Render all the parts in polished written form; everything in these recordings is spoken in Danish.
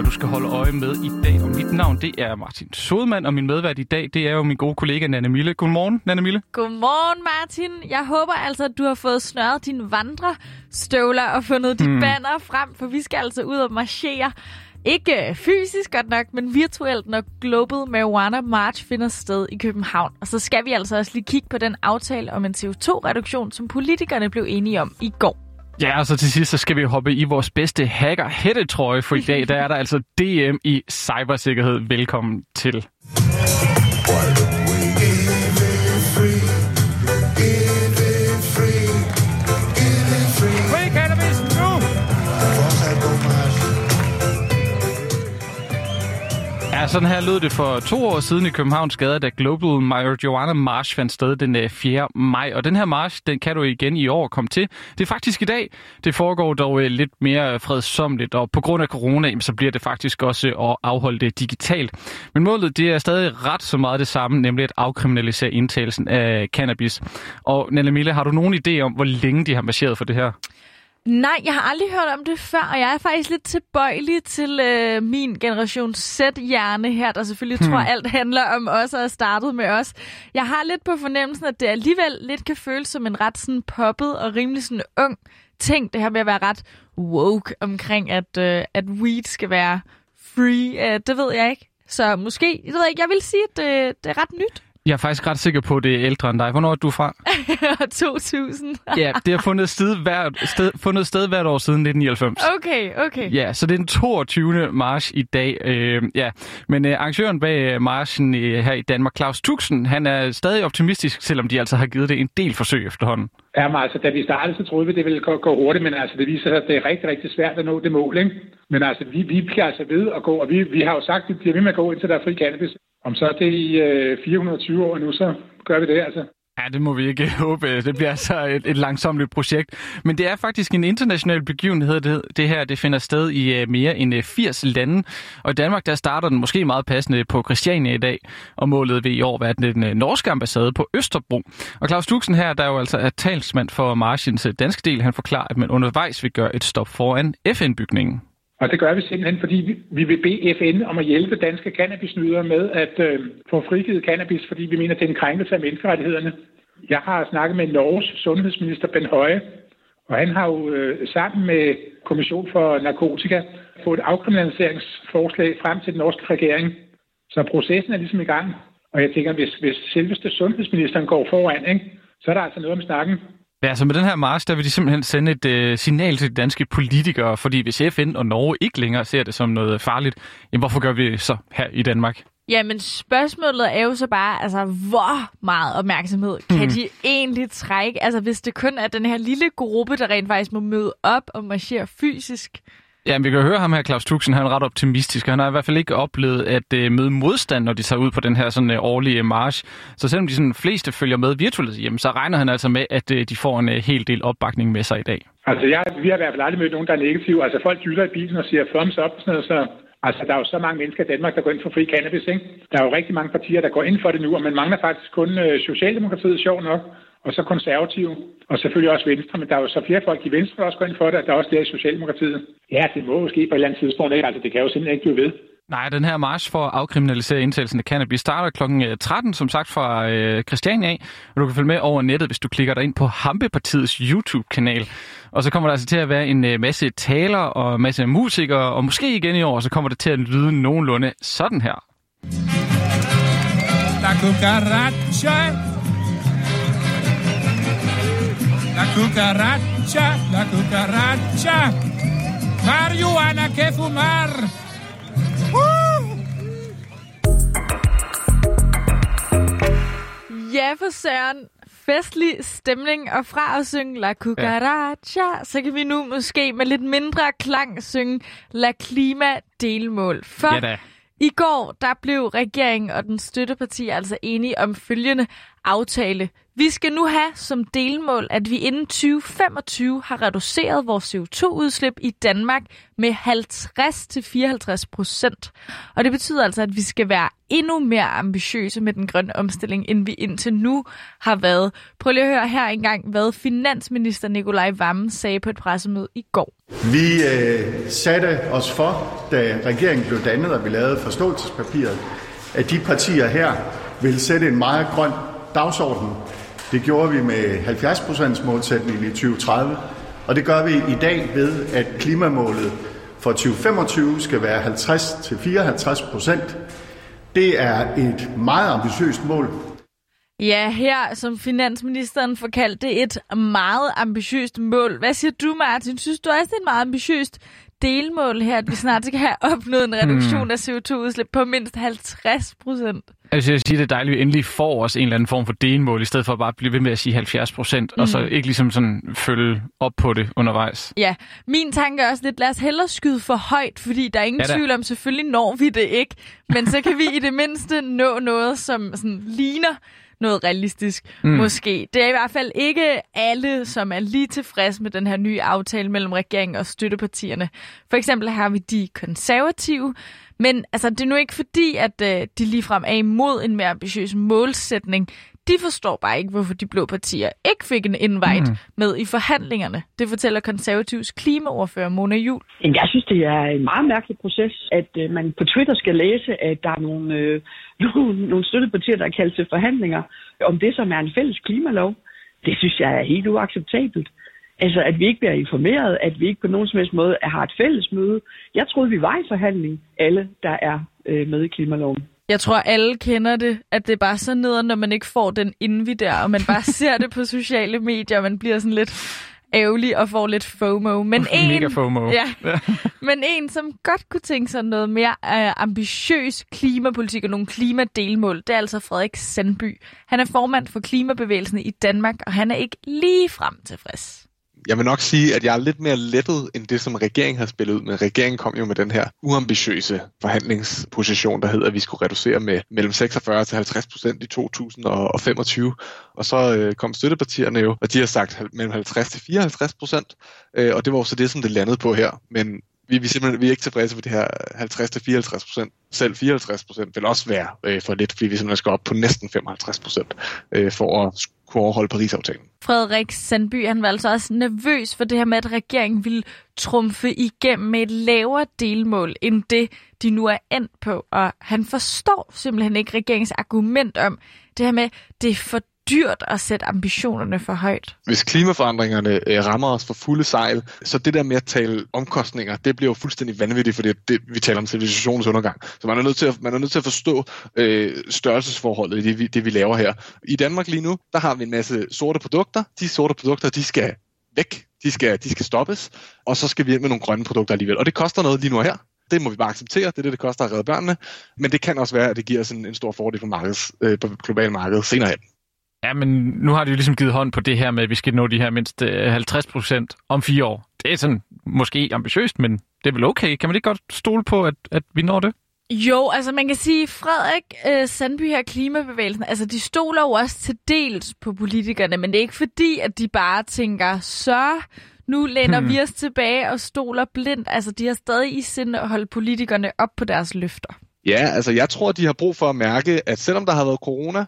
du skal holde øje med i dag. Og mit navn, det er Martin Sodemann, og min medvært i dag, det er jo min gode kollega Nanne Mille. Godmorgen, Nanne Mille. Godmorgen, Martin. Jeg håber altså, at du har fået snøret dine vandrestøvler og fundet dit banner frem, for vi skal altså ud og marchere. Ikke fysisk godt nok, men virtuelt, når Global Marijuana March finder sted i København. Og så skal vi altså også lige kigge på den aftale om en CO2-reduktion, som politikerne blev enige om i går. Ja, og så til sidst, så skal vi hoppe i vores bedste hacker-hættetrøje, for i dag, der er der altså DM i cybersikkerhed. Velkommen til. Ja, sådan her lød det for 2 år siden i Københavns gader, da Global Marijuana March fandt sted den 4. maj. Og den her march, den kan du igen i år komme til. Det er faktisk i dag. Det foregår dog lidt mere fredsomligt, og på grund af corona, så bliver det faktisk også at afholde det digitalt. Men målet, det er stadig ret så meget det samme, nemlig at afkriminalisere indtagelsen af cannabis. Og Nanne Mille, har du nogen idé om, hvor længe de har marcheret for det her? Nej, jeg har aldrig hørt om det før, og jeg er faktisk lidt tilbøjelig til min generation Z-hjerne her, der selvfølgelig tror, alt handler om os og er startet med os. Jeg har lidt på fornemmelsen, at det alligevel lidt kan føles som en ret sådan poppet og rimelig sådan ung ting. Det her med at være ret woke omkring, at weed skal være free. Det ved jeg ikke. Så måske, jeg vil sige, at det er ret nyt. Jeg er faktisk ret sikker på, at det er ældre end dig. Hvornår er du fra? 2000. Ja, det har fundet sted hvert år siden 1999. Okay. Ja, så det er den 22. march i dag. Men arrangøren bag marchen her i Danmark, Claus Tuxen, han er stadig optimistisk, selvom de altså har givet det en del forsøg efterhånden. Ja, men altså, da vi startede, så troede vi, det ville gå hurtigt, men altså, det viser sig, at det er rigtig, rigtig svært at nå det mål, ikke? Men altså, vi bliver altså ved at gå, og vi har jo sagt, at vi bliver ved med at gå, indtil der er fri cannabis. Om så er det i 420 år nu, så gør vi det altså. Ja, det må vi ikke håbe. Det bliver altså et langsomligt projekt. Men det er faktisk en international begivenhed, det her. Det finder sted i mere end 80 lande. Og i Danmark, der starter den måske meget passende på Christiania i dag. Og målet vil i år være den norske ambassade på Østerbro. Og Claus Tuxen her, der jo altså er talsmand for marchens danske del, han forklarer, at man undervejs vil gøre et stop foran FN-bygningen. Og det gør vi simpelthen, fordi vi vil bede FN om at hjælpe danske cannabisnydere med at få frigivet cannabis, fordi vi mener, at det er en krænkelse af menneskerettighederne. Jeg har snakket med Norges sundhedsminister Bent Høie, og han har jo sammen med Kommission for Narkotika fået et afkriminaliseringsforslag frem til den norske regering. Så processen er ligesom i gang. Og jeg tænker, hvis selveste sundhedsministeren går foran, ikke, så er der altså noget om snakken. Ja, så med den her march, der vil de simpelthen sende et signal til de danske politikere, fordi hvis FN og Norge ikke længere ser det som noget farligt, jamen hvorfor gør vi så her i Danmark? Jamen spørgsmålet er jo så bare, altså hvor meget opmærksomhed kan de egentlig trække? Altså hvis det kun er den her lille gruppe, der rent faktisk må møde op og marchere fysisk. Ja, vi kan høre ham her, Claus Tuxen, han er ret optimistisk. Han har i hvert fald ikke oplevet at møde modstand, når de tager ud på den her sådan årlige march. Så selvom de sådan fleste følger med virtuelt hjemme, så regner han altså med, at de får en hel del opbakning med sig i dag. Altså vi har i hvert fald aldrig mødt nogen, der er negative. Altså folk dytter i bilen og siger thumbs up og sådan noget, så altså, der er jo så mange mennesker i Danmark, der går ind for fri cannabis, ikke? Der er jo rigtig mange partier, der går ind for det nu, og man mangler faktisk kun Socialdemokratiet, sjov nok, og så Konservative, og selvfølgelig også Venstre, men der er jo så flere folk i Venstre, der også går ind for det, og der er også flere i Socialdemokratiet. Ja, det må jo ske på et eller andet tidspunkt, ikke? Altså, det kan jo simpelthen ikke blive ved. Nej, den her march for at afkriminalisere indtagelsen af cannabis starter kl. 13, som sagt fra Christiania af, og du kan følge med over nettet, hvis du klikker dig ind på Hampepartiets YouTube-kanal. Og så kommer der altså til at være en masse taler og en masse musikere, og måske igen i år, så kommer det til at lyde nogenlunde sådan her. La cucaracha, la cucaracha, la cucaracha, marihuana que fumar. Ja, for søren. Festlig stemning, og fra at synge La Cucaracha, så kan vi nu måske med lidt mindre klang synge La Klima delmål. For i går, der blev regeringen og den støtteparti altså enige om følgende aftale. Vi skal nu have som delmål, at vi inden 2025 har reduceret vores CO2-udslip i Danmark med 50-54%. Og det betyder altså, at vi skal være endnu mere ambitiøse med den grønne omstilling, end vi indtil nu har været. Prøv lige at høre her engang, hvad finansminister Nicolai Wammen sagde på et pressemøde i går. Vi satte os for, da regeringen blev dannet, og vi lavede forståelsespapiret, at de partier her ville sætte en meget grøn dagsorden. Det gjorde vi med 70% målsætningen i 2030, og det gør vi i dag ved, at klimamålet for 2025 skal være 50-54%. Det er et meget ambitiøst mål. Ja, her som finansministeren forkaldte det et meget ambitiøst mål. Hvad siger du, Martin? Synes du også, det er et meget ambitiøst delmål her, at vi snart skal have opnået en reduktion af CO2-udslip på mindst 50%? Altså jeg siger, det er dejligt, at vi endelig får os en eller anden form for delmål, i stedet for at bare blive ved med at sige 70%, og så ikke ligesom sådan følge op på det undervejs. Ja, min tanke er også lidt, lad os hellere skyde for højt, fordi der er ingen tvivl om, selvfølgelig når vi det ikke, men så kan vi i det mindste nå noget, som sådan ligner noget realistisk, måske. Det er i hvert fald ikke alle, som er lige tilfredse med den her nye aftale mellem regeringen og støttepartierne. For eksempel har vi de konservative, men altså, det er nu ikke fordi, at de ligefrem er imod en mere ambitiøs målsætning. De forstår bare ikke, hvorfor de blå partier ikke fik en invite med i forhandlingerne. Det fortæller konservativs klimaordfører Mona Juul. Jeg synes, det er en meget mærkelig proces, at man på Twitter skal læse, at der er nogle støttepartier, der er kaldt til forhandlinger om det, som er en fælles klimalov. Det synes jeg er helt uacceptabelt. Altså, at vi ikke bliver informeret, at vi ikke på nogen som helst måde har et fælles møde. Jeg troede, vi var i forhandling, alle, der er med i klimaloven. Jeg tror, alle kender det, at det er bare så nederen, når man ikke får den invite der, og man bare ser det på sociale medier, og man bliver sådan lidt ærgerlig og får lidt FOMO. Men Mega FOMO. Ja, men en, som godt kunne tænke sig noget mere ambitiøs klimapolitik og nogle klimadelmål, det er altså Frederik Sandby. Han er formand for klimabevægelsen i Danmark, og han er ikke lige frem tilfreds. Jeg vil nok sige, at jeg er lidt mere lettet end det, som regeringen har spillet ud med. Regeringen kom jo med den her uambitiøse forhandlingsposition, der hedder, at vi skulle reducere med mellem 46-50% i 2025. Og så kom støttepartierne jo, og de har sagt mellem 50-54%. Og det var så det, som det landede på her. Men vi er ikke tilfredse med det her 50-54%. Selv 54% vil også være for lidt, fordi vi simpelthen skal op på næsten 55% for at kunne overholde Paris-aftalen. Frederik Sandby, han var altså også nervøs for det her med, at regeringen ville trumfe igennem med et lavere delmål, end det, de nu er endt på. Og han forstår simpelthen ikke regeringens argument om det her med, det er for dyrt at sætte ambitionerne for højt. Hvis klimaforandringerne rammer os for fulde sejl, så det der med at tale omkostninger, det bliver jo fuldstændig vanvittigt, fordi vi taler om civilisationens undergang. Så man er nødt til at forstå størrelsesforholdet i det, vi laver her. I Danmark lige nu, der har vi en masse sorte produkter. De sorte produkter, de skal væk. De skal stoppes. Og så skal vi ind med nogle grønne produkter alligevel. Og det koster noget lige nu her. Det må vi bare acceptere. Det er det koster at redde børnene. Men det kan også være, at det giver os en stor fordel på globale marked senere hen. Ja, men nu har de jo ligesom givet hånd på det her med, at vi skal nå de her mindst 50% om 4 år. Det er sådan måske ambitiøst, men det er vel okay. Kan man ikke godt stole på, at vi når det? Jo, altså man kan sige, Frederik Sandby her, klimabevægelsen, altså de stoler jo også til dels på politikerne, men det er ikke fordi, at de bare tænker, så nu læner vi os tilbage og stoler blindt. Altså de har stadig i sinde at holde politikerne op på deres løfter. Ja, altså jeg tror, de har brug for at mærke, at selvom der har været corona,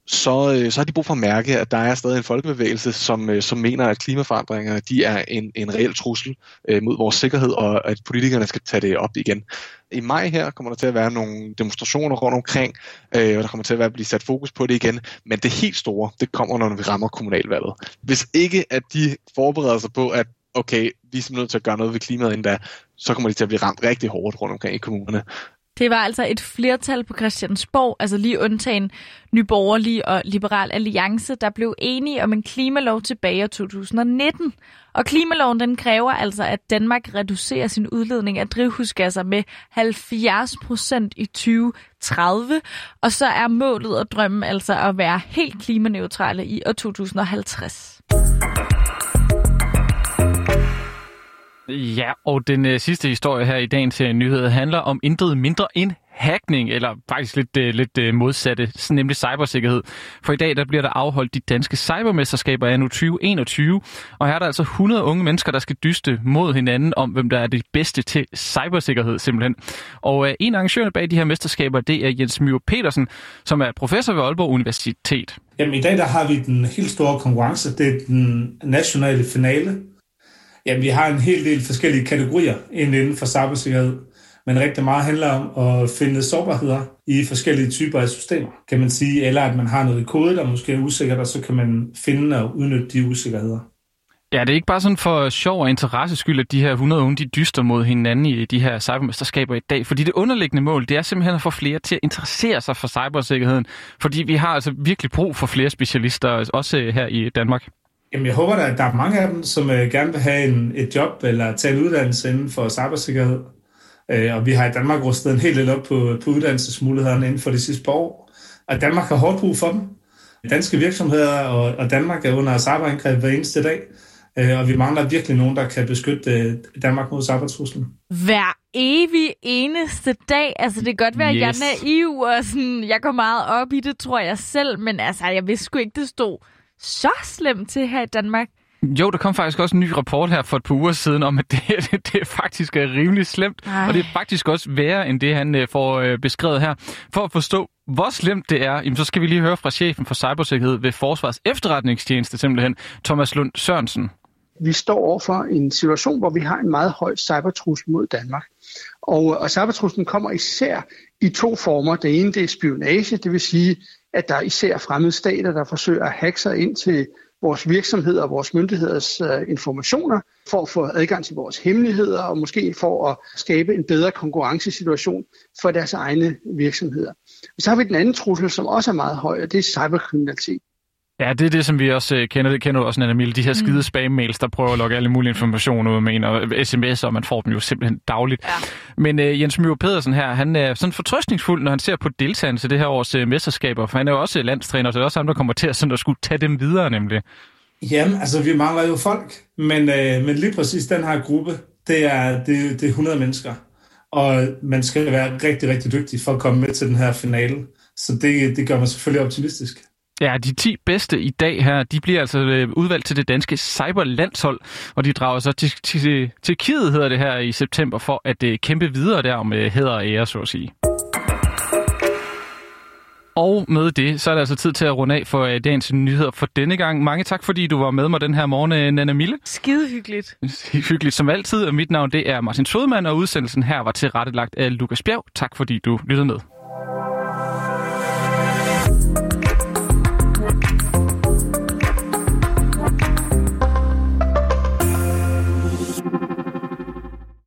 så har de brug for at mærke, at der er stadig en folkebevægelse, som mener, at klimaforandringer de er en reel trussel mod vores sikkerhed, og at politikerne skal tage det op igen. I maj her kommer der til at være nogle demonstrationer rundt omkring, og der kommer til at blive sat fokus på det igen. Men det helt store, det kommer, når vi rammer kommunalvalget. Hvis ikke, at de forbereder sig på, at okay, vi er simpelthen nødt til at gøre noget ved klimaet inden da, så kommer de til at blive ramt rigtig hårdt rundt omkring i kommunerne. Det var altså et flertal på Christiansborg, altså lige undtagen Nye Borgerlige og Liberal Alliance, der blev enige om en klimalov tilbage i 2019. Og klimaloven den kræver altså, at Danmark reducerer sin udledning af drivhusgasser med 70% i 2030. Og så er målet og drømmen altså at være helt klimaneutrale i år 2050. Ja, og den sidste historie her i dagens nyhed handler om intet mindre end hackning, eller faktisk lidt modsatte, nemlig cybersikkerhed. For i dag der bliver der afholdt de danske cybermesterskaber anno 2021, og her er der altså 100 unge mennesker, der skal dyste mod hinanden om, hvem der er det bedste til cybersikkerhed simpelthen. Og en af arrangørerne bag de her mesterskaber, det er Jens Myrup Petersen, som er professor ved Aalborg Universitet. Jamen i dag der har vi den helt store konkurrence, det er den nationale finale. Jamen vi har en hel del forskellige kategorier inden for cybersikkerhed, men rigtig meget handler om at finde sårbarheder i forskellige typer af systemer, kan man sige, eller at man har noget kode, der måske er usikkert, og så kan man finde og udnytte de usikkerheder. Ja, det er ikke bare sådan for sjov og interesse skyld, at de her 100 unge, de dyster mod hinanden i de her cybermesterskaber i dag. Fordi det underliggende mål, det er simpelthen at få flere til at interessere sig for cybersikkerheden. Fordi vi har altså virkelig brug for flere specialister, også her i Danmark. Jamen, jeg håber da, at der er mange af dem, som gerne vil have et job eller tage en uddannelse inden for cybersikkerhed. Og vi har i Danmark rustet en hel del op på uddannelsesmulighederne inden for de sidste par år. Og Danmark har hårdt brug for dem. Danske virksomheder og Danmark er under cyberangreb hver eneste dag. Og vi mangler virkelig nogen, der kan beskytte Danmark mod cybertruslen. Hver evig eneste dag. Altså, det kan godt være, at jeg er naiv, og sådan, jeg går meget op i det, tror jeg selv. Men altså, jeg vidste sgu ikke, det stod så slemt til her i Danmark. Jo, der kom faktisk også en ny rapport her for et par uger siden om, at det faktisk er rimelig slemt. Ej. Og det er faktisk også værre end det, han får beskrevet her. For at forstå, hvor slemt det er, så skal vi lige høre fra chefen for cybersikkerhed ved Forsvars Efterretningstjeneste, simpelthen Thomas Lund Sørensen. Vi står overfor en situation, hvor vi har en meget høj cybertrussel mod Danmark. Og cybertruslen kommer især i to former. Det ene det er spionage, det vil sige, at der er især fremmede stater, der forsøger at hacke sig ind til vores virksomheder og vores myndigheders informationer for at få adgang til vores hemmeligheder og måske for at skabe en bedre konkurrencesituation for deres egne virksomheder. Og så har vi den anden trussel, som også er meget høj, og det er cyberkriminalitet. Ja, det er det, som vi også kender. Det kender du også, Nana Mille. De her skide spam-mails, der prøver at logge alle mulige informationer ud af en, og sms'er, og man får dem jo simpelthen dagligt. Ja. Men Jens Myrup Petersen her, han er sådan fortrøstningsfuld, når han ser på deltagerne til det her års mesterskaber, for han er jo også landstræner, så det er også ham, der kommer til at skulle tage dem videre, nemlig. Jamen, altså, vi mangler jo folk, men lige præcis den her gruppe, det er 100 mennesker, og man skal være rigtig, rigtig dygtig for at komme med til den her finale, så det gør mig selvfølgelig optimistisk. Ja, de 10 bedste i dag her, de bliver altså udvalgt til det danske cyberlandshold, og de drager så til Tjekkiet, hedder det her i september, for at kæmpe videre der om hæder og ære, så at sige. Og med det, så er det altså tid til at runde af for dagens nyheder for denne gang. Mange tak, fordi du var med mig den her morgen, Nana Mille. Skide hyggeligt. Hyggeligt som altid, og mit navn det er Martin Sodemann, og udsendelsen her var tilrettelagt af Lukas Bjerg. Tak fordi du lyttede med.